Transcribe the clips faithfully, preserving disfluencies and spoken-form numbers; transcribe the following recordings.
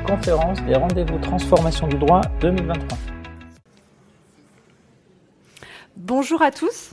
conférence des rendez-vous transformation du droit deux mille vingt-trois. Bonjour à tous.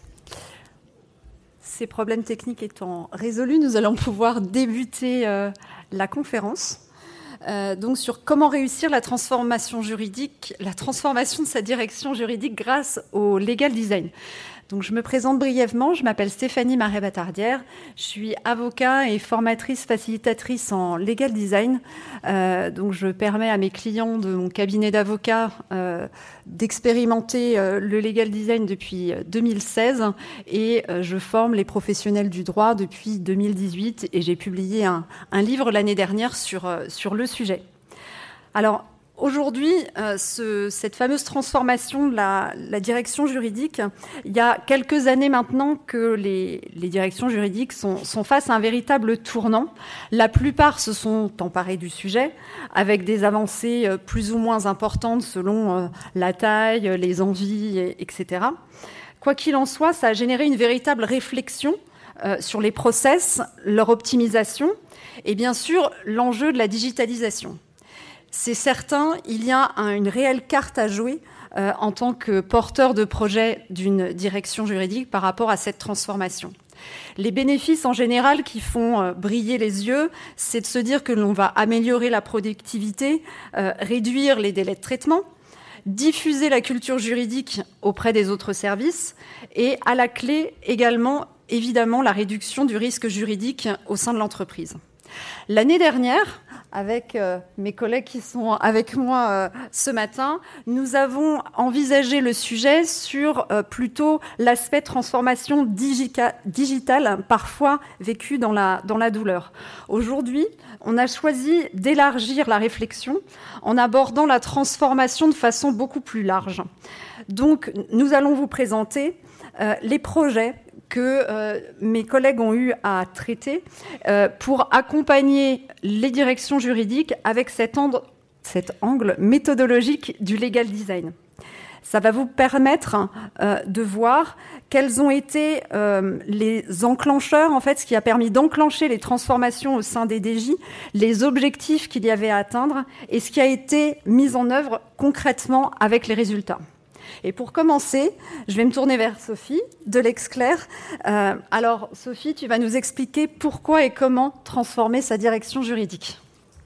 Ces problèmes techniques étant résolus, nous allons pouvoir débuter euh, la conférence. Euh, donc sur comment réussir la transformation juridique, la transformation de sa direction juridique grâce au legal design. Donc je me présente brièvement, je m'appelle Stéphanie Marais-Batardière, je suis avocat et formatrice facilitatrice en legal design. Euh, donc je permets à mes clients de mon cabinet d'avocats euh, d'expérimenter euh, le legal design depuis deux mille seize et euh, je forme les professionnels du droit depuis deux mille dix-huit et j'ai publié un, un livre l'année dernière sur, euh, sur le sujet. Alors, aujourd'hui, euh, ce, cette fameuse transformation de la, la direction juridique, il y a quelques années maintenant que les, les directions juridiques sont, sont face à un véritable tournant. La plupart se sont emparées du sujet, avec des avancées plus ou moins importantes selon euh, la taille, les envies, et, etc. Quoi qu'il en soit, ça a généré une véritable réflexion euh, sur les process, leur optimisation et bien sûr l'enjeu de la digitalisation. C'est certain, il y a un, une réelle carte à jouer euh, en tant que porteur de projet d'une direction juridique par rapport à cette transformation. Les bénéfices en général qui font euh, briller les yeux, c'est de se dire que l'on va améliorer la productivité, euh, réduire les délais de traitement, diffuser la culture juridique auprès des autres services et à la clé également, évidemment, la réduction du risque juridique au sein de l'entreprise. L'année dernière, avec euh, mes collègues qui sont avec moi euh, ce matin, nous avons envisagé le sujet sur euh, plutôt l'aspect transformation digica- digitale, parfois vécu dans la, dans la douleur. Aujourd'hui, on a choisi d'élargir la réflexion en abordant la transformation de façon beaucoup plus large. Donc, nous allons vous présenter euh, les projets que euh, mes collègues ont eu à traiter euh, pour accompagner les directions juridiques avec cet angle, cet angle méthodologique du legal design. Ça va vous permettre euh, de voir quels ont été euh, les enclencheurs, en fait, ce qui a permis d'enclencher les transformations au sein des D J, les objectifs qu'il y avait à atteindre et ce qui a été mis en œuvre concrètement avec les résultats. Et pour commencer, je vais me tourner vers Sophie de l'Exclair. Euh, alors, Sophie, tu vas nous expliquer pourquoi et comment transformer sa direction juridique.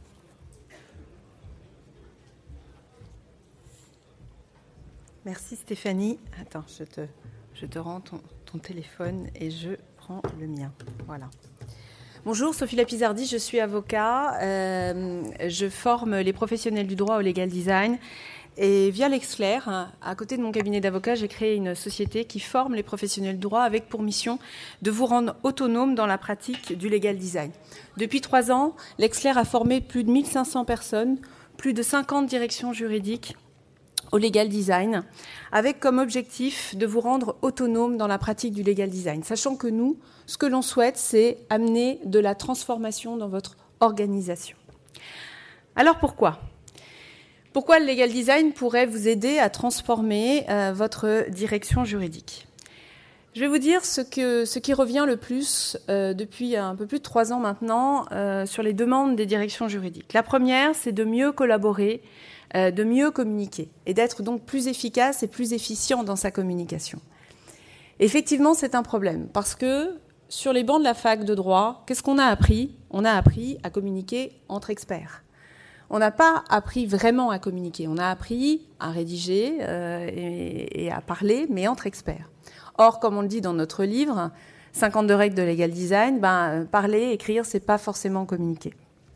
Merci Stéphanie. Attends, je te, je te rends ton, ton téléphone et je prends le mien. Voilà. Bonjour, Sophie Lapizardi, je suis avocat. Euh, je forme les professionnels du droit au legal design. Et via l'Exclair, à côté de mon cabinet d'avocat, j'ai créé une société qui forme les professionnels du droit avec pour mission de vous rendre autonome dans la pratique du legal design. Depuis trois ans, l'Exclair a formé plus de mille cinq cents personnes, plus de cinquante directions juridiques au legal design, avec comme objectif de vous rendre autonome dans la pratique du legal design. Sachant que nous, ce que l'on souhaite, c'est amener de la transformation dans votre organisation. Alors pourquoi ? Pourquoi le legal design pourrait vous aider à transformer euh, votre direction juridique ? Je vais vous dire ce, que, ce qui revient le plus euh, depuis un peu plus de trois ans maintenant euh, sur les demandes des directions juridiques. La première, c'est de mieux collaborer, euh, de mieux communiquer et d'être donc plus efficace et plus efficient dans sa communication. Effectivement, c'est un problème parce que sur les bancs de la fac de droit, qu'est-ce qu'on a appris ? On a appris à communiquer entre experts. On n'a pas appris vraiment à communiquer. On a appris à rédiger euh, et, et à parler, mais entre experts. Or, comme on le dit dans notre livre, cinquante-deux règles de legal design, ben, parler, écrire, c'est pas forcément communiquer.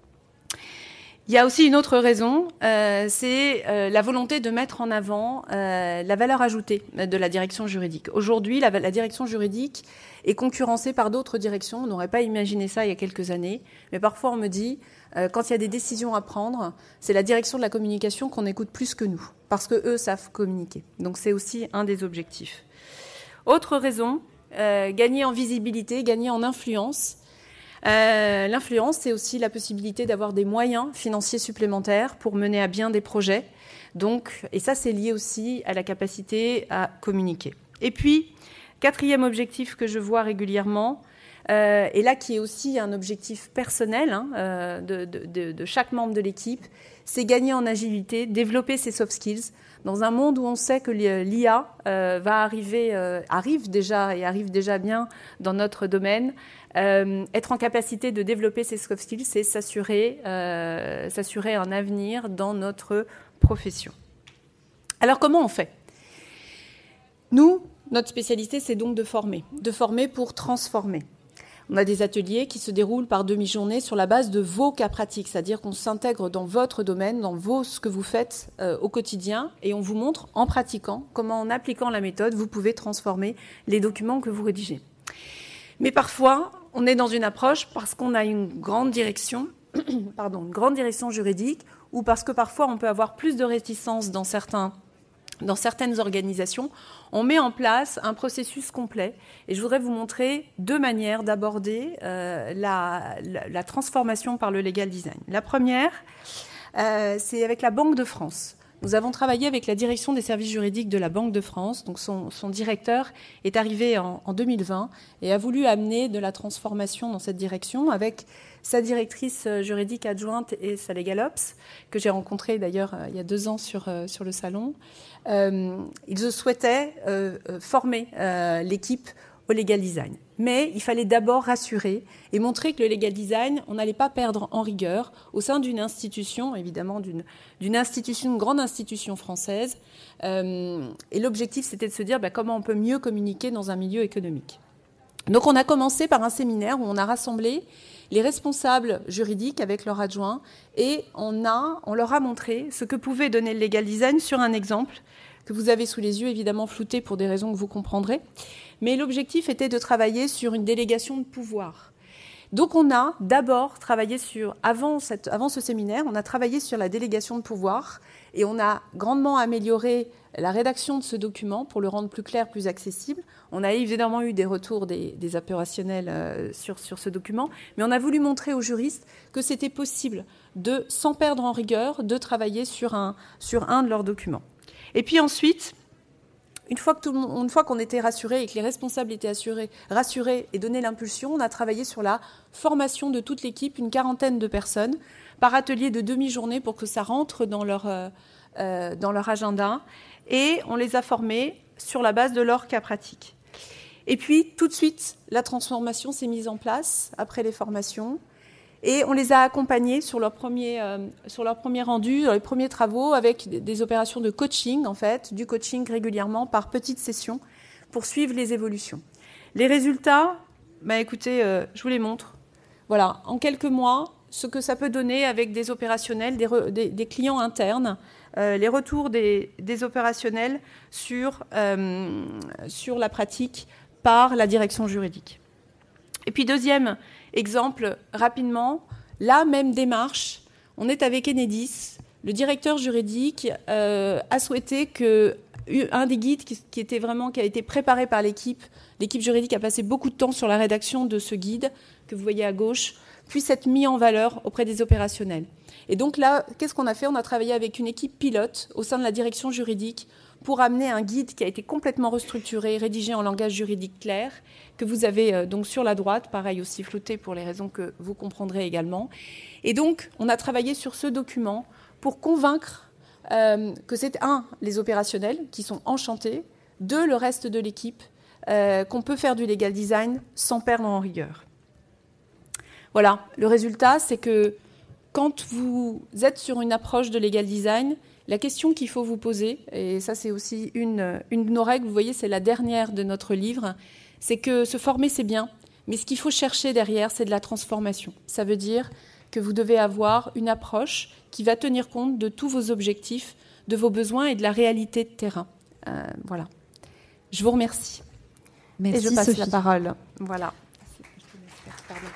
Il y a aussi une autre raison, euh, c'est euh, la volonté de mettre en avant euh, la valeur ajoutée de la direction juridique. Aujourd'hui, la, la direction juridique est concurrencée par d'autres directions. On n'aurait pas imaginé ça il y a quelques années, mais parfois on me dit, euh, quand il y a des décisions à prendre, c'est la direction de la communication qu'on écoute plus que nous, parce que eux savent communiquer. Donc c'est aussi un des objectifs. Autre raison, euh, gagner en visibilité, gagner en influence. Euh, l'influence, c'est aussi la possibilité d'avoir des moyens financiers supplémentaires pour mener à bien des projets. Donc, et ça, c'est lié aussi à la capacité à communiquer. Et puis, quatrième objectif que je vois régulièrement, euh, et là qui est aussi un objectif personnel hein, euh, de, de, de chaque membre de l'équipe, c'est gagner en agilité, développer ses soft skills, dans un monde où on sait que l'I A euh, va arriver, euh, arrive déjà et arrive déjà bien dans notre domaine. Euh, être en capacité de développer ses soft skills, c'est s'assurer, euh, s'assurer un avenir dans notre profession. Alors comment on fait ? Nous, notre spécialité, c'est donc de former, de former pour transformer. On a des ateliers qui se déroulent par demi-journée sur la base de vos cas pratiques, c'est-à-dire qu'on s'intègre dans votre domaine, dans vos, ce que vous faites euh, au quotidien, et on vous montre, en pratiquant, comment en appliquant la méthode, vous pouvez transformer les documents que vous rédigez. Mais parfois, on est dans une approche parce qu'on a une grande direction, pardon, une grande direction juridique, ou parce que parfois on peut avoir plus de réticence dans certains Dans certaines organisations, on met en place un processus complet. Et je voudrais vous montrer deux manières d'aborder euh, la, la, la transformation par le legal design. La première, euh, c'est avec la Banque de France. Nous avons travaillé avec la direction des services juridiques de la Banque de France. Donc son, son directeur est arrivé en, en deux mille vingt et a voulu amener de la transformation dans cette direction avec sa directrice juridique adjointe et sa Legal Ops, que j'ai rencontrée d'ailleurs il y a deux ans sur, sur le salon. Euh, ils souhaitaient euh, former euh, l'équipe au legal design. Mais il fallait d'abord rassurer et montrer que le legal design, on n'allait pas perdre en rigueur au sein d'une institution, évidemment d'une, d'une institution, une grande institution française. Euh, et l'objectif, c'était de se dire bah, comment on peut mieux communiquer dans un milieu économique. Donc on a commencé par un séminaire où on a rassemblé les responsables juridiques avec leurs adjoints et on, a, on leur a montré ce que pouvait donner le legal design sur un exemple que vous avez sous les yeux, évidemment flouté pour des raisons que vous comprendrez. Mais l'objectif était de travailler sur une délégation de pouvoir. Donc on a d'abord travaillé sur, avant, cette, avant ce séminaire, on a travaillé sur la délégation de pouvoir et on a grandement amélioré la rédaction de ce document pour le rendre plus clair, plus accessible. On a évidemment eu des retours des, des opérationnels euh, sur, sur ce document, mais on a voulu montrer aux juristes que c'était possible, de, sans perdre en rigueur, de travailler sur un, sur un de leurs documents. Et puis ensuite, une fois, que tout le monde, une fois qu'on était rassurés et que les responsables étaient assurés, rassurés et donné l'impulsion, on a travaillé sur la formation de toute l'équipe, une quarantaine de personnes, par atelier de demi-journée pour que ça rentre dans leur, euh, dans leur agenda. Et on les a formés sur la base de leur cas pratique. Et puis, tout de suite, la transformation s'est mise en place après les formations. Et on les a accompagnés sur leur premier, euh, sur leur premier rendu, dans les premiers travaux, avec des, des opérations de coaching, en fait, du coaching régulièrement par petites sessions pour suivre les évolutions. Les résultats, bah, écoutez, euh, je vous les montre. Voilà, en quelques mois, ce que ça peut donner avec des opérationnels, des, re, des, des clients internes, euh, les retours des, des opérationnels sur, euh, sur la pratique par la direction juridique. Et puis deuxième exemple, rapidement, la même démarche, on est avec Enedis. Le directeur juridique euh, a souhaité que un des guides qui, qui était vraiment qui a été préparé par l'équipe, l'équipe juridique a passé beaucoup de temps sur la rédaction de ce guide que vous voyez à gauche, puisse être mis en valeur auprès des opérationnels. Et donc là, qu'est-ce qu'on a fait ? On a travaillé avec une équipe pilote au sein de la direction juridique pour amener un guide qui a été complètement restructuré, rédigé en langage juridique clair, que vous avez euh, donc sur la droite, pareil aussi flouté pour les raisons que vous comprendrez également. Et donc, on a travaillé sur ce document pour convaincre euh, que c'est, un, les opérationnels qui sont enchantés, deux, le reste de l'équipe, euh, qu'on peut faire du legal design sans perdre en rigueur. Voilà, le résultat, c'est que quand vous êtes sur une approche de legal design, la question qu'il faut vous poser, et ça c'est aussi une, une de nos règles, vous voyez, c'est la dernière de notre livre, c'est que se former c'est bien, mais ce qu'il faut chercher derrière, c'est de la transformation. Ça veut dire que vous devez avoir une approche qui va tenir compte de tous vos objectifs, de vos besoins et de la réalité de terrain. Euh, voilà. Je vous remercie. Merci, et je passe Sophie. la parole. Voilà. Pardon.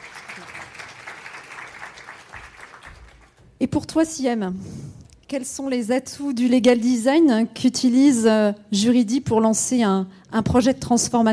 Et pour toi, Siem, quels sont les atouts du legal design qu'utilise euh, Juridi pour lancer un, un projet de transformation ?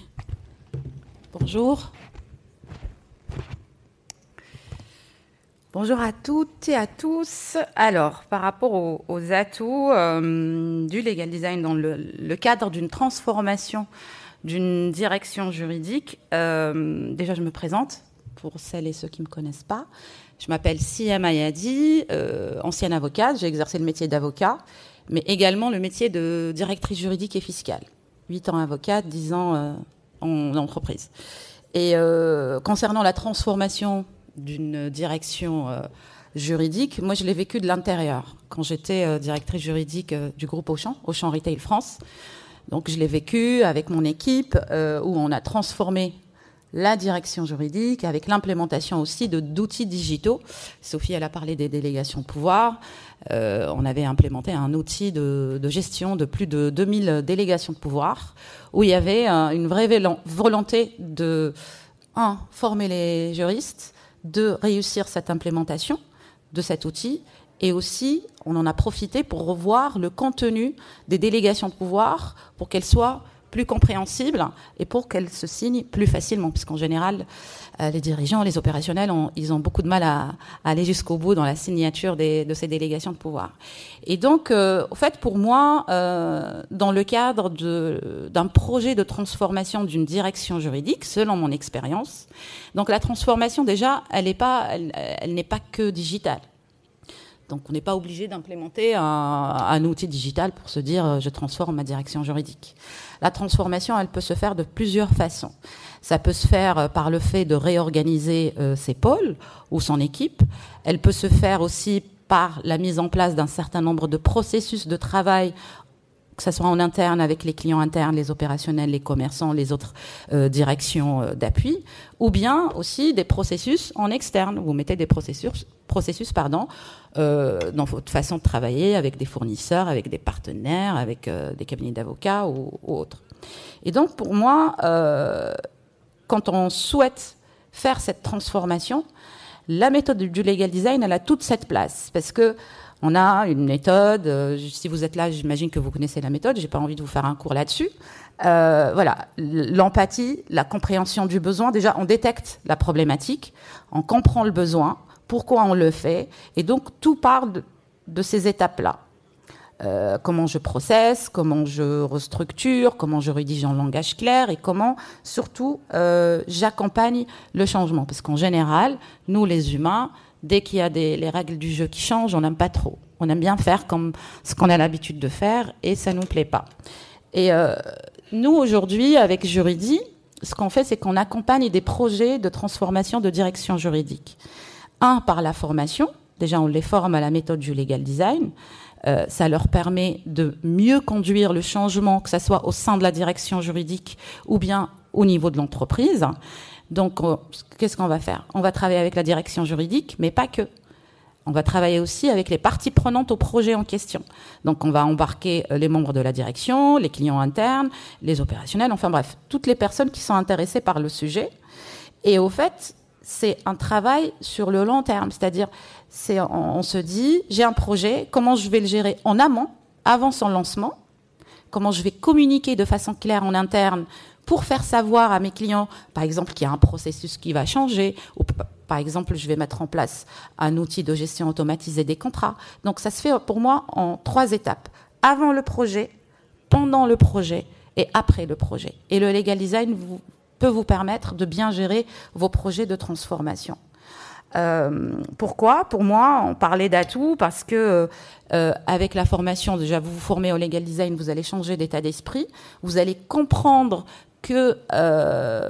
Bonjour. Bonjour à toutes et à tous. Alors, par rapport aux, aux atouts euh, du legal design dans le, le cadre d'une transformation d'une direction juridique, euh, déjà je me présente pour celles et ceux qui ne me connaissent pas. Je m'appelle Siyam Ayadi, euh, ancienne avocate. J'ai exercé le métier d'avocat, mais également le métier de directrice juridique et fiscale. Huit ans avocate, dix ans euh, en entreprise. Et euh, concernant la transformation d'une direction euh, juridique, moi je l'ai vécu de l'intérieur quand j'étais euh, directrice juridique euh, du groupe Auchan, Auchan Retail France. Donc je l'ai vécu avec mon équipe euh, où on a transformé la direction juridique avec l'implémentation aussi de, d'outils digitaux. Sophie, elle a parlé des délégations de pouvoir. Euh, on avait implémenté un outil de, de gestion de plus de deux mille délégations de pouvoir où il y avait euh, une vraie volonté de, un, former les juristes, de réussir cette implémentation de cet outil, et aussi on en a profité pour revoir le contenu des délégations de pouvoir pour qu'elles soient plus compréhensibles et pour qu'elles se signent plus facilement, puisqu'en général euh, les dirigeants, les opérationnels, ont, ils ont beaucoup de mal à, à aller jusqu'au bout dans la signature des, de ces délégations de pouvoir. Et donc, euh, en fait, pour moi, euh, dans le cadre de, d'un projet de transformation d'une direction juridique, selon mon expérience, donc la transformation déjà, elle n'est pas, elle, elle n'est pas que digitale. Donc, on n'est pas obligé d'implémenter un, un outil digital pour se dire euh, je transforme ma direction juridique. La transformation, elle peut se faire de plusieurs façons. Ça peut se faire euh, par le fait de réorganiser euh, ses pôles ou son équipe. Elle peut se faire aussi par la mise en place d'un certain nombre de processus de travail, que ce soit en interne avec les clients internes, les opérationnels, les commerçants, les autres euh, directions euh, d'appui, ou bien aussi des processus en externe. Vous mettez des processus, processus pardon, euh, dans votre façon de travailler avec des fournisseurs, avec des partenaires, avec euh, des cabinets d'avocats ou, ou autres. Et donc, pour moi, euh, quand on souhaite faire cette transformation, la méthode du legal design, elle a toute cette place, parce que on a une méthode, euh, si vous êtes là, j'imagine que vous connaissez la méthode, j'ai pas envie de vous faire un cours là-dessus. Euh, voilà, l'empathie, la compréhension du besoin, déjà on détecte la problématique, on comprend le besoin, pourquoi on le fait, et donc tout part de, de ces étapes-là. Euh, comment je processe, comment je restructure, comment je rédige en langage clair et comment, surtout, euh, j'accompagne le changement. Parce qu'en général, nous les humains, dès qu'il y a des, les règles du jeu qui changent, on n'aime pas trop. On aime bien faire comme ce qu'on a l'habitude de faire et ça nous plaît pas. Et euh, nous, aujourd'hui, avec Juridi, ce qu'on fait, c'est qu'on accompagne des projets de transformation de direction juridique. Un, par la formation. Déjà, on les forme à la méthode du legal design. Euh, ça leur permet de mieux conduire le changement, que ce soit au sein de la direction juridique ou bien au niveau de l'entreprise. Donc, euh, qu'est-ce qu'on va faire ? On va travailler avec la direction juridique, mais pas que. On va travailler aussi avec les parties prenantes au projet en question. Donc, on va embarquer les membres de la direction, les clients internes, les opérationnels, enfin bref, toutes les personnes qui sont intéressées par le sujet. Et au fait, c'est un travail sur le long terme. C'est-à-dire, c'est, on, on se dit, j'ai un projet, comment je vais le gérer en amont, avant son lancement ? Comment je vais communiquer de façon claire en interne pour faire savoir à mes clients, par exemple, qu'il y a un processus qui va changer, ou par exemple, je vais mettre en place un outil de gestion automatisée des contrats. Donc, ça se fait pour moi en trois étapes. Avant le projet, pendant le projet et après le projet. Et le legal design vous, peut vous permettre de bien gérer vos projets de transformation. Euh, pourquoi ? Pour moi, on parlait d'atouts parce que euh, avec la formation, déjà vous vous formez au legal design, vous allez changer d'état d'esprit, vous allez comprendre que euh,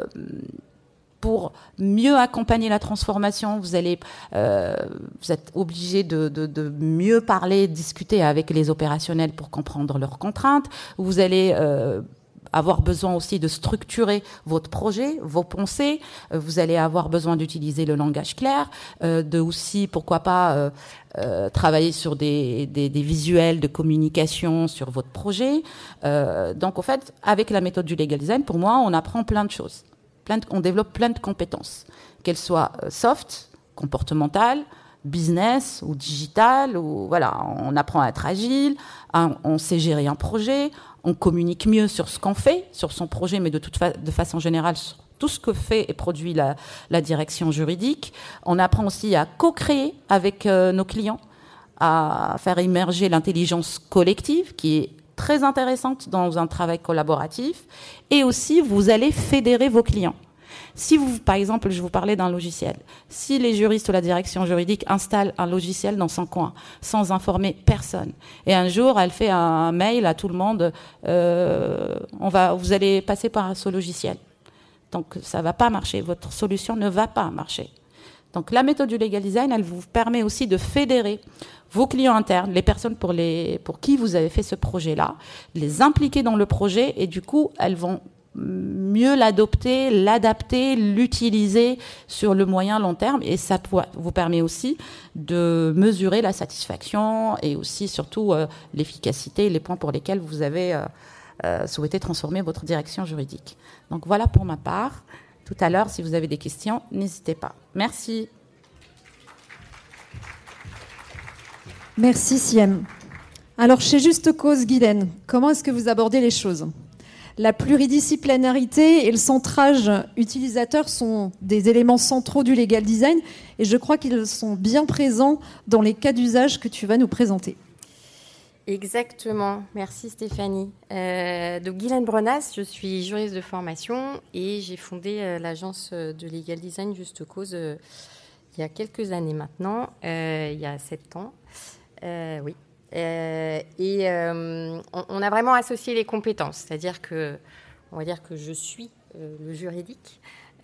pour mieux accompagner la transformation, vous allez, euh, vous êtes obligé de, de, de mieux parler, discuter avec les opérationnels pour comprendre leurs contraintes. Vous allez euh, avoir besoin aussi de structurer votre projet, vos pensées. Vous allez avoir besoin d'utiliser le langage clair, euh, de aussi, pourquoi pas, euh, euh, travailler sur des, des, des visuels de communication sur votre projet. Euh, donc, en fait, avec la méthode du legal design, pour moi, on apprend plein de choses. Plein de, on développe plein de compétences, qu'elles soient soft, comportementales, business ou digital, ou voilà, on apprend à être agile, on, on sait gérer un projet, on communique mieux sur ce qu'on fait, sur son projet, mais de toute fa- de façon générale sur tout ce que fait et produit la, la direction juridique. On apprend aussi à co-créer avec euh, nos clients, à faire émerger l'intelligence collective qui est très intéressante dans un travail collaboratif. Et aussi, vous allez fédérer vos clients. Si vous, par exemple, je vous parlais d'un logiciel, si les juristes ou la direction juridique installent un logiciel dans son coin, sans informer personne, et un jour elle fait un mail à tout le monde, euh, on va, vous allez passer par ce logiciel. Donc ça va pas marcher, votre solution ne va pas marcher. Donc la méthode du legal design, elle vous permet aussi de fédérer vos clients internes, les personnes pour, les, pour qui vous avez fait ce projet-là, les impliquer dans le projet, et du coup, elles vont mieux l'adopter, l'adapter, l'utiliser sur le moyen long terme, et ça vous permet aussi de mesurer la satisfaction et aussi surtout euh, l'efficacité, les points pour lesquels vous avez euh, euh, souhaité transformer votre direction juridique. Donc voilà pour ma part. Tout à l'heure, si vous avez des questions, n'hésitez pas. Merci. Merci Siem. Alors chez Juste Cause, Guylaine, comment est-ce que vous abordez les choses ? La pluridisciplinarité et le centrage utilisateur sont des éléments centraux du legal design et je crois qu'ils sont bien présents dans les cas d'usage que tu vas nous présenter. Exactement, merci Stéphanie. Euh, donc Guylaine Brenas, je suis juriste de formation et j'ai fondé euh, l'agence de legal design Juste Cause euh, il y a quelques années maintenant, euh, il y a sept ans. Euh, oui. Euh, et euh, on, on a vraiment associé les compétences, c'est-à-dire que, on va dire que je suis euh, le juridique,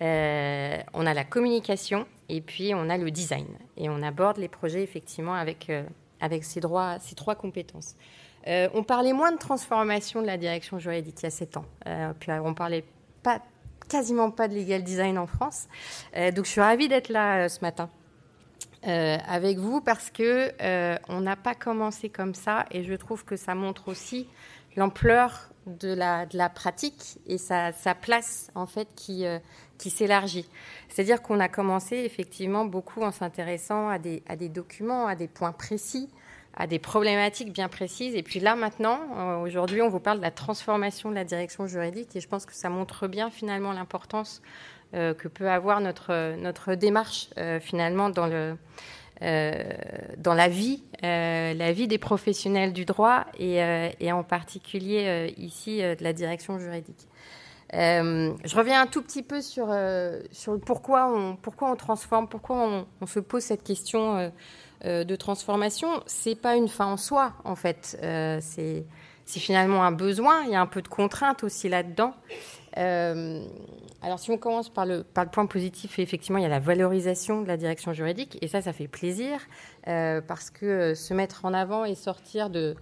euh, on a la communication et puis on a le design. Et on aborde les projets effectivement avec, euh, avec ces, droits, ces trois compétences. Euh, on parlait moins de transformation de la direction juridique il y a sept ans. Euh, puis on parlait pas, quasiment pas de legal design en France. Euh, donc je suis ravie d'être là euh, ce matin. Euh, avec vous parce que euh, on n'a pas commencé comme ça et je trouve que ça montre aussi l'ampleur de la, de la pratique et sa, sa place en fait qui, euh, qui s'élargit. C'est-à-dire qu'on a commencé effectivement beaucoup en s'intéressant à des, à des documents, à des points précis, à des problématiques bien précises et puis là maintenant, euh, aujourd'hui on vous parle de la transformation de la direction juridique et je pense que ça montre bien finalement l'importance Euh, que peut avoir notre, notre démarche euh, finalement dans, le, euh, dans la vie, euh, la vie des professionnels du droit et, euh, et en particulier euh, ici euh, de la direction juridique. Euh, je reviens un tout petit peu sur, euh, sur pourquoi on, pourquoi on transforme, pourquoi on, on se pose cette question euh, euh, de transformation. C'est pas une fin en soi en fait, euh, c'est, c'est finalement un besoin, il y a un peu de contrainte aussi là-dedans. Euh, alors si on commence par le, par le point positif, effectivement il y a la valorisation de la direction juridique et ça ça fait plaisir euh, parce que euh, se mettre en avant et sortir de,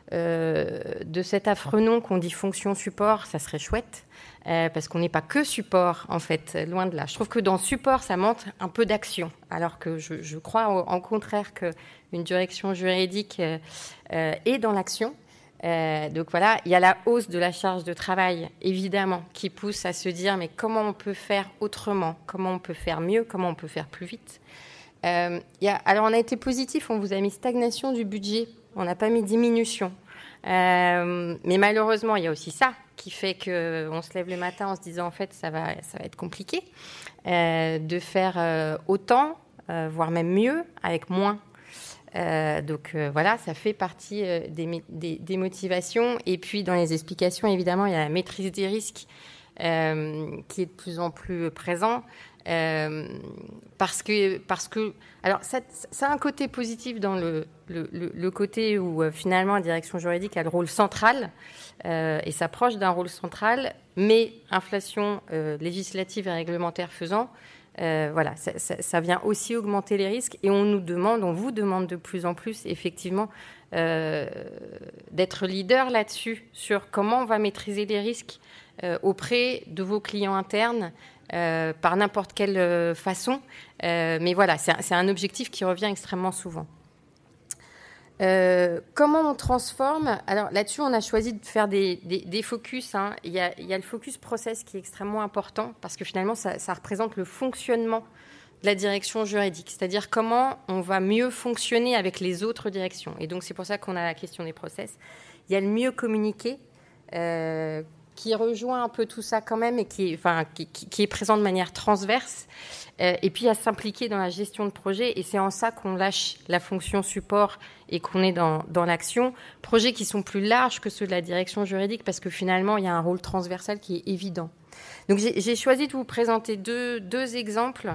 euh, de cet affreux nom qu'on dit fonction support, ça serait chouette euh, parce qu'on n'est pas que support en fait, loin de là. Je trouve que dans support ça montre un peu d'action alors que je, je crois au, en contraire qu'une direction juridique euh, euh, est dans l'action. Euh, donc voilà, il y a la hausse de la charge de travail, évidemment, qui pousse à se dire mais comment on peut faire autrement, comment on peut faire mieux, comment on peut faire plus vite. Euh, il y a, alors on a été positif, on vous a mis stagnation du budget, on n'a pas mis diminution. Euh, mais malheureusement, il y a aussi ça qui fait qu'on se lève le matin en se disant en fait ça va, ça va être compliqué euh, de faire euh, autant, euh, voire même mieux, avec moins. Euh, donc euh, voilà, ça fait partie euh, des, des, des motivations. Et puis dans les explications, évidemment, il y a la maîtrise des risques euh, qui est de plus en plus présent. Euh, parce que, parce que, alors ça, ça a un côté positif dans le, le, le, le côté où euh, finalement la direction juridique a le rôle central euh, et s'approche d'un rôle central, mais inflation euh, législative et réglementaire faisant, Euh, voilà, ça, ça, ça vient aussi augmenter les risques et on nous demande, on vous demande de plus en plus effectivement euh, d'être leader là-dessus sur comment on va maîtriser les risques euh, auprès de vos clients internes euh, par n'importe quelle euh, façon. Euh, mais voilà, c'est un, c'est un objectif qui revient extrêmement souvent. Euh, comment on transforme ? Alors là-dessus, on a choisi de faire des, des, des focus. Hein. Il y a, il y a le focus process qui est extrêmement important parce que finalement, ça, ça représente le fonctionnement de la direction juridique, c'est-à-dire comment on va mieux fonctionner avec les autres directions. Et donc, c'est pour ça qu'on a la question des process. Il y a le mieux communiquer, euh, qui rejoint un peu tout ça quand même et qui est, enfin, qui, qui, qui est présent de manière transverse. Euh, et puis à s'impliquer dans la gestion de projet. Et c'est en ça qu'on lâche la fonction support et qu'on est dans, dans l'action. Projets qui sont plus larges que ceux de la direction juridique parce que finalement, il y a un rôle transversal qui est évident. Donc j'ai, j'ai choisi de vous présenter deux, deux exemples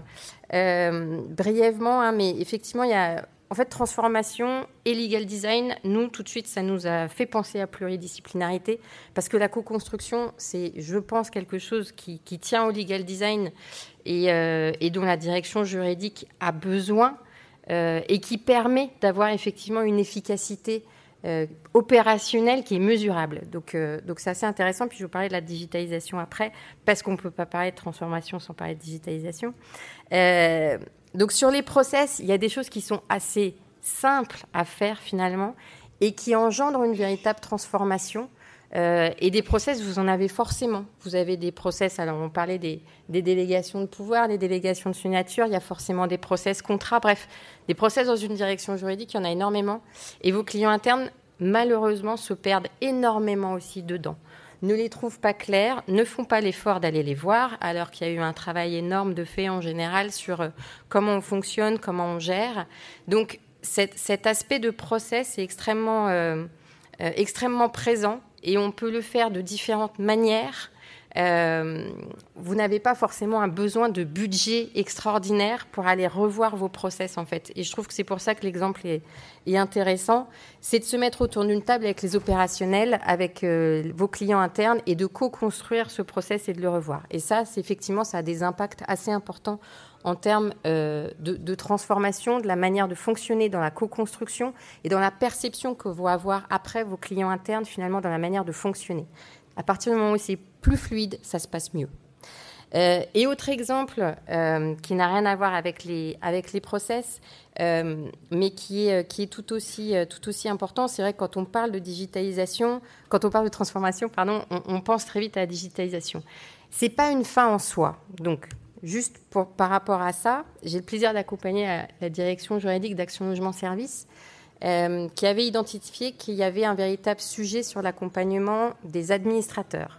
euh, brièvement, hein, mais effectivement, il y a en fait transformation et legal design. Nous, tout de suite, ça nous a fait penser à pluridisciplinarité parce que la co-construction, c'est, je pense, quelque chose qui, qui tient au legal design et, euh, et dont la direction juridique a besoin euh, et qui permet d'avoir effectivement une efficacité Euh, opérationnel qui est mesurable. Donc, euh, donc c'est assez intéressant. Puis je vais vous parler de la digitalisation après, parce qu'on ne peut pas parler de transformation sans parler de digitalisation. Euh, donc sur les process, il y a des choses qui sont assez simples à faire finalement et qui engendrent une véritable transformation. Euh, et des process, vous en avez forcément. Vous avez des process, alors on parlait des, des délégations de pouvoir, des délégations de signature, il y a forcément des process contrats, bref, des process dans une direction juridique, il y en a énormément. Et vos clients internes, malheureusement, se perdent énormément aussi dedans. Ne les trouvent pas clairs, ne font pas l'effort d'aller les voir, alors qu'il y a eu un travail énorme de fait en général sur euh, comment on fonctionne, comment on gère. Donc cet, cet aspect de process est extrêmement, euh, euh, extrêmement présent. Et on peut le faire de différentes manières. Euh, vous n'avez pas forcément un besoin de budget extraordinaire pour aller revoir vos process, en fait. Et je trouve que c'est pour ça que l'exemple est, est intéressant. C'est de se mettre autour d'une table avec les opérationnels, avec euh, vos clients internes et de co-construire ce process et de le revoir. Et ça, c'est effectivement, ça a des impacts assez importants en termes euh, de, de transformation, de la manière de fonctionner dans la co-construction et dans la perception que vont avoir après vos clients internes, finalement, dans la manière de fonctionner. À partir du moment où c'est plus fluide, ça se passe mieux. Euh, et autre exemple euh, qui n'a rien à voir avec les, avec les process, euh, mais qui est, qui est tout aussi, tout aussi important, c'est vrai que quand on parle de digitalisation, quand on parle de transformation, pardon, on, on pense très vite à la digitalisation. Ce n'est pas une fin en soi. Donc, juste pour, par rapport à ça, j'ai le plaisir d'accompagner la, la direction juridique d'Action Logement Service euh, qui avait identifié qu'il y avait un véritable sujet sur l'accompagnement des administrateurs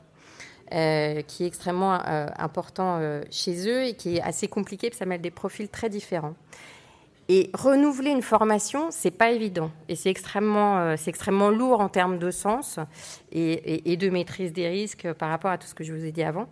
euh, qui est extrêmement euh, important euh, chez eux et qui est assez compliqué parce que ça mêle des profils très différents. Et renouveler une formation, c'est pas évident et c'est extrêmement, euh, c'est extrêmement lourd en termes de sens et, et, et de maîtrise des risques par rapport à tout ce que je vous ai dit avant.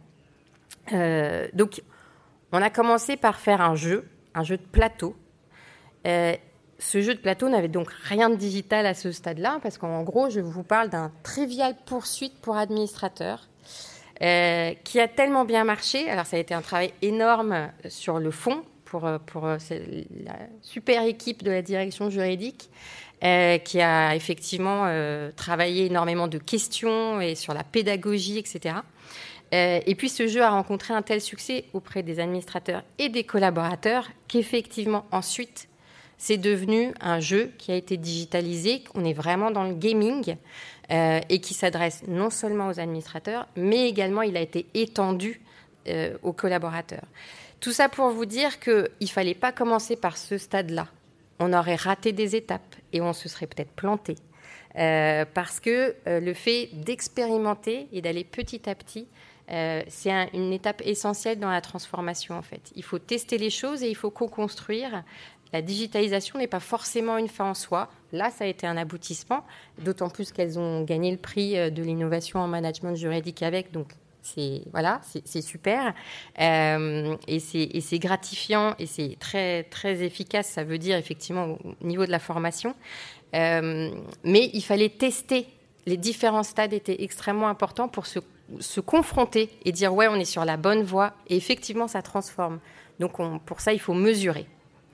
Euh, donc, on a commencé par faire un jeu, un jeu de plateau. Euh, ce jeu de plateau n'avait donc rien de digital à ce stade-là, parce qu'en gros, je vous parle d'un trivial poursuite pour administrateurs euh, qui a tellement bien marché. Alors, ça a été un travail énorme sur le fond pour, pour la super équipe de la direction juridique euh, qui a effectivement euh, travaillé énormément de questions et sur la pédagogie, et cetera. Euh, et puis ce jeu a rencontré un tel succès auprès des administrateurs et des collaborateurs qu'effectivement ensuite c'est devenu un jeu qui a été digitalisé. On est vraiment dans le gaming euh, et qui s'adresse non seulement aux administrateurs, mais également il a été étendu euh, aux collaborateurs. Tout ça pour vous dire qu'il ne fallait pas commencer par ce stade-là. On aurait raté des étapes et on se serait peut-être planté. Euh, parce que euh, le fait d'expérimenter et d'aller petit à petit, euh, c'est un, une étape essentielle dans la transformation en fait. Il faut tester les choses et il faut co-construire. La digitalisation n'est pas forcément une fin en soi. Là, ça a été un aboutissement, d'autant plus qu'elles ont gagné le prix de l'innovation en management juridique avec, donc c'est, voilà, c'est, c'est super. Euh, et, c'est, et c'est gratifiant et c'est très, très efficace, ça veut dire effectivement au niveau de la formation. Euh, mais il fallait tester. Les différents stades étaient extrêmement importants pour se, se confronter et dire « ouais, on est sur la bonne voie ». Et effectivement, ça transforme. Donc, on, pour ça, il faut mesurer.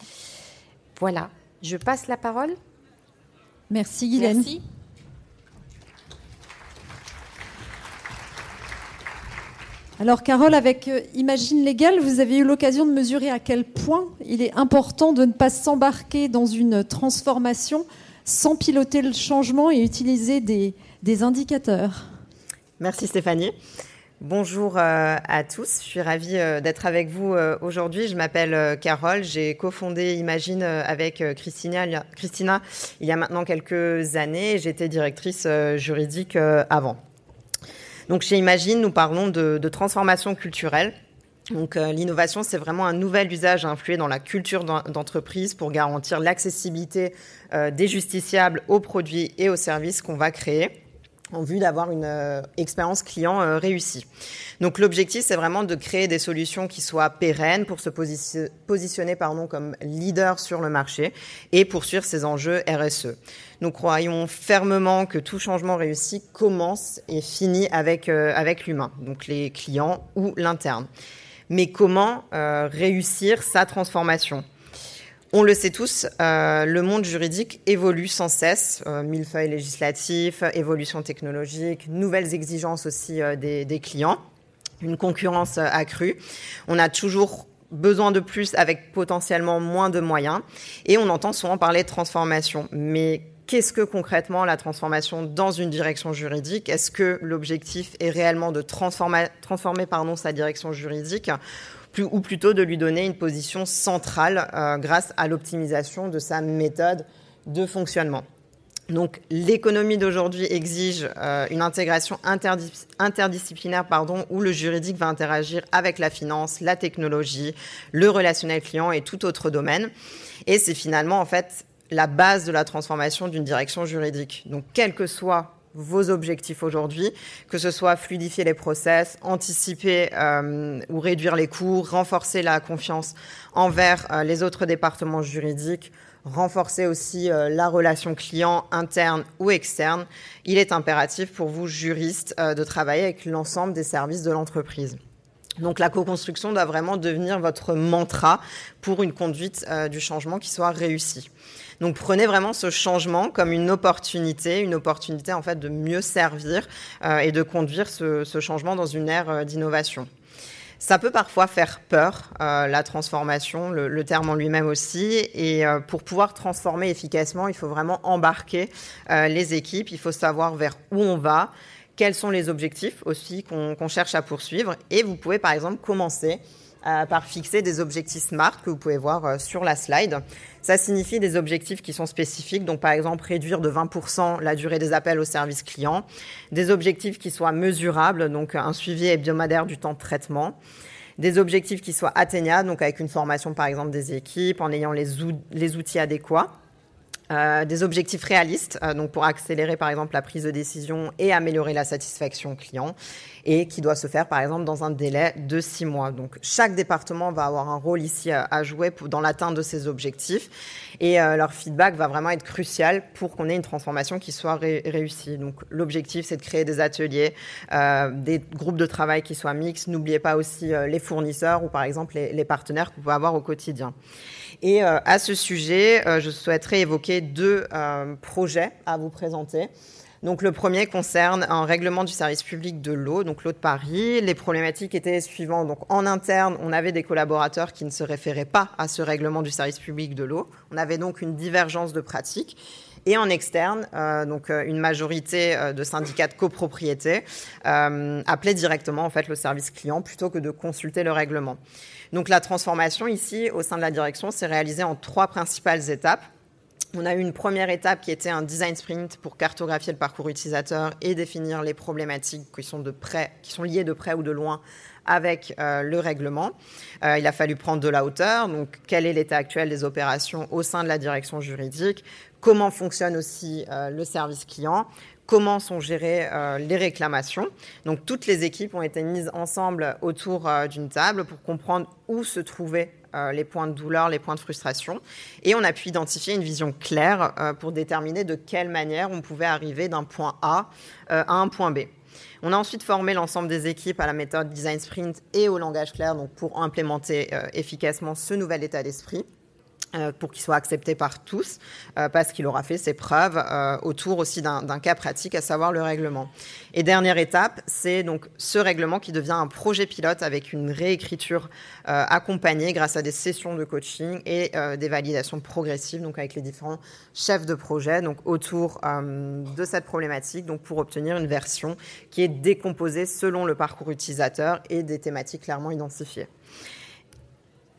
Voilà. Je passe la parole. Merci, Guylaine. Merci. Alors, Carole, avec Imagine Légal, vous avez eu l'occasion de mesurer à quel point il est important de ne pas s'embarquer dans une transformation sans piloter le changement et utiliser des, des indicateurs. Merci Stéphanie. Bonjour euh, à tous, je suis ravie euh, d'être avec vous euh, aujourd'hui. Je m'appelle euh, Carole, j'ai cofondé Imagine euh, avec euh, Christina, il y a, Christina il y a maintenant quelques années. J'étais directrice euh, juridique euh, avant. Donc chez Imagine, nous parlons de, de transformation culturelle. Donc euh, l'innovation, c'est vraiment un nouvel usage à influer dans la culture d'entreprise pour garantir l'accessibilité euh, des justiciables aux produits et aux services qu'on va créer, en vue d'avoir une euh, expérience client euh, réussie. Donc l'objectif, c'est vraiment de créer des solutions qui soient pérennes pour se position- positionner pardon, comme leader sur le marché et poursuivre ces enjeux R S E. Nous croyons fermement que tout changement réussi commence et finit avec, euh, avec l'humain, donc les clients ou l'interne. Mais comment euh, réussir sa transformation ? On le sait tous, euh, le monde juridique évolue sans cesse, euh, millefeuille législatif, évolution technologique, nouvelles exigences aussi euh, des, des clients, une concurrence euh, accrue. On a toujours besoin de plus avec potentiellement moins de moyens et on entend souvent parler de transformation. Mais qu'est-ce que concrètement la transformation dans une direction juridique ? Est-ce que l'objectif est réellement de transformer, transformer pardon, sa direction juridique plus, ou plutôt de lui donner une position centrale euh, grâce à l'optimisation de sa méthode de fonctionnement ? Donc l'économie d'aujourd'hui exige euh, une intégration interdis- interdisciplinaire pardon, où le juridique va interagir avec la finance, la technologie, le relationnel client et tout autre domaine. Et c'est finalement en fait la base de la transformation d'une direction juridique. Donc, quels que soient vos objectifs aujourd'hui, que ce soit fluidifier les process, anticiper euh, ou réduire les coûts, renforcer la confiance envers euh, les autres départements juridiques, renforcer aussi euh, la relation client interne ou externe, il est impératif pour vous, juristes, euh, de travailler avec l'ensemble des services de l'entreprise. Donc la co-construction doit vraiment devenir votre mantra pour une conduite euh, du changement qui soit réussie. Donc prenez vraiment ce changement comme une opportunité, une opportunité en fait de mieux servir euh, et de conduire ce, ce changement dans une ère euh, d'innovation. Ça peut parfois faire peur, euh, la transformation, le, le terme en lui-même aussi. Et euh, pour pouvoir transformer efficacement, il faut vraiment embarquer euh, les équipes. Il faut savoir vers où on va, quels sont les objectifs aussi qu'on, qu'on cherche à poursuivre. Et vous pouvez par exemple commencer euh, par fixer des objectifs SMART que vous pouvez voir euh, sur la slide. Ça signifie des objectifs qui sont spécifiques, donc par exemple réduire de vingt pour cent la durée des appels au service client, des objectifs qui soient mesurables, donc un suivi hebdomadaire du temps de traitement, des objectifs qui soient atteignables, donc avec une formation par exemple des équipes, en ayant les, ou- les outils adéquats, Euh, des objectifs réalistes, euh, donc pour accélérer par exemple la prise de décision et améliorer la satisfaction client, et qui doit se faire par exemple dans un délai de six mois. Donc chaque département va avoir un rôle ici à, à jouer pour, dans l'atteinte de ces objectifs, et euh, leur feedback va vraiment être crucial pour qu'on ait une transformation qui soit ré- réussie. Donc l'objectif, c'est de créer des ateliers, euh, des groupes de travail qui soient mixtes. N'oubliez pas aussi euh, les fournisseurs ou par exemple les, les partenaires que vous pouvez avoir au quotidien. Et euh, à ce sujet, euh, je souhaiterais évoquer deux euh, projets à vous présenter. Donc le premier concerne un règlement du service public de l'eau, donc l'eau de Paris. Les problématiques étaient les suivantes. Donc en interne, on avait des collaborateurs qui ne se référaient pas à ce règlement du service public de l'eau. On avait donc une divergence de pratiques. Et en externe, euh, donc euh, une majorité euh, de syndicats de copropriété euh, appelaient directement en fait le service client plutôt que de consulter le règlement. Donc la transformation ici au sein de la direction s'est réalisée en trois principales étapes. On a eu une première étape qui était un design sprint pour cartographier le parcours utilisateur et définir les problématiques qui sont, de près, qui sont liées de près ou de loin avec euh, le règlement. Euh, il a fallu prendre de la hauteur, donc quel est l'état actuel des opérations au sein de la direction juridique, comment fonctionne aussi euh, le service client, comment sont gérées euh, les réclamations. Donc toutes les équipes ont été mises ensemble autour euh, d'une table pour comprendre où se trouvaient euh, les points de douleur, les points de frustration. Et on a pu identifier une vision claire euh, pour déterminer de quelle manière on pouvait arriver d'un point A euh, à un point B. On a ensuite formé l'ensemble des équipes à la méthode Design Sprint et au langage clair, donc pour implémenter euh, efficacement ce nouvel état d'esprit, euh, pour qu'il soit accepté par tous, euh, parce qu'il aura fait ses preuves euh, autour aussi d'un, d'un cas pratique, à savoir le règlement. Et dernière étape, c'est donc ce règlement qui devient un projet pilote avec une réécriture euh, accompagnée grâce à des sessions de coaching et euh, des validations progressives, donc avec les différents chefs de projet, donc autour euh, de cette problématique, donc pour obtenir une version qui est décomposée selon le parcours utilisateur et des thématiques clairement identifiées.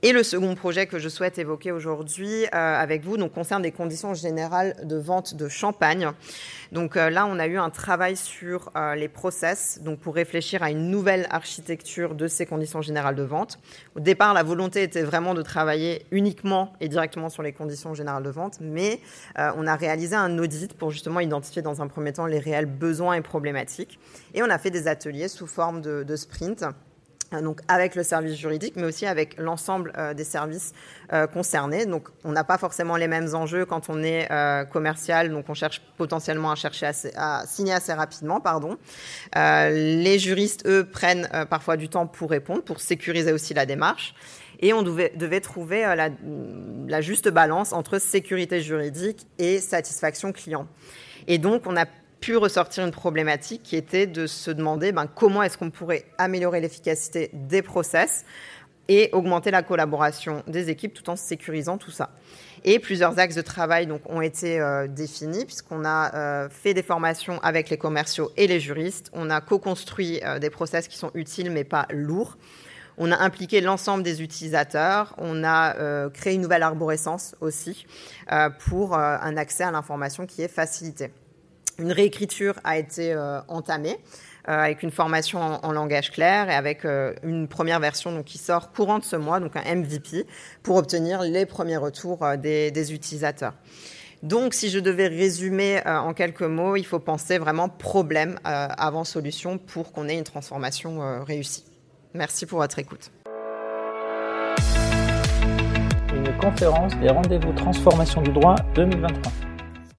Et le second projet que je souhaite évoquer aujourd'hui euh, avec vous donc, concerne les conditions générales de vente de champagne. Donc euh, là, on a eu un travail sur euh, les process donc, pour réfléchir à une nouvelle architecture de ces conditions générales de vente. Au départ, la volonté était vraiment de travailler uniquement et directement sur les conditions générales de vente, mais euh, on a réalisé un audit pour justement identifier dans un premier temps les réels besoins et problématiques. Et on a fait des ateliers sous forme de, de sprint, donc avec le service juridique, mais aussi avec l'ensemble euh, des services euh, concernés. Donc, on n'a pas forcément les mêmes enjeux quand on est euh, commercial, donc on cherche potentiellement à chercher assez, à signer assez rapidement, pardon. Euh, les juristes, eux, prennent euh, parfois du temps pour répondre, pour sécuriser aussi la démarche. Et on devait, devait trouver euh, la, la juste balance entre sécurité juridique et satisfaction client. Et donc, on a pu ressortir une problématique qui était de se demander ben, comment est-ce qu'on pourrait améliorer l'efficacité des process et augmenter la collaboration des équipes tout en sécurisant tout ça. Et plusieurs axes de travail donc, ont été euh, définis puisqu'on a euh, fait des formations avec les commerciaux et les juristes. On a co-construit euh, des process qui sont utiles mais pas lourds. On a impliqué l'ensemble des utilisateurs. On a euh, créé une nouvelle arborescence aussi euh, pour euh, un accès à l'information qui est facilité. Une réécriture a été euh, entamée euh, avec une formation en, en langage clair et avec euh, une première version donc, qui sort courant de ce mois, donc un M V P, pour obtenir les premiers retours euh, des, des utilisateurs. Donc, si je devais résumer euh, en quelques mots, il faut penser vraiment problème euh, avant solution pour qu'on ait une transformation euh, réussie. Merci pour votre écoute. Une conférence des rendez-vous transformation du droit deux mille vingt-trois.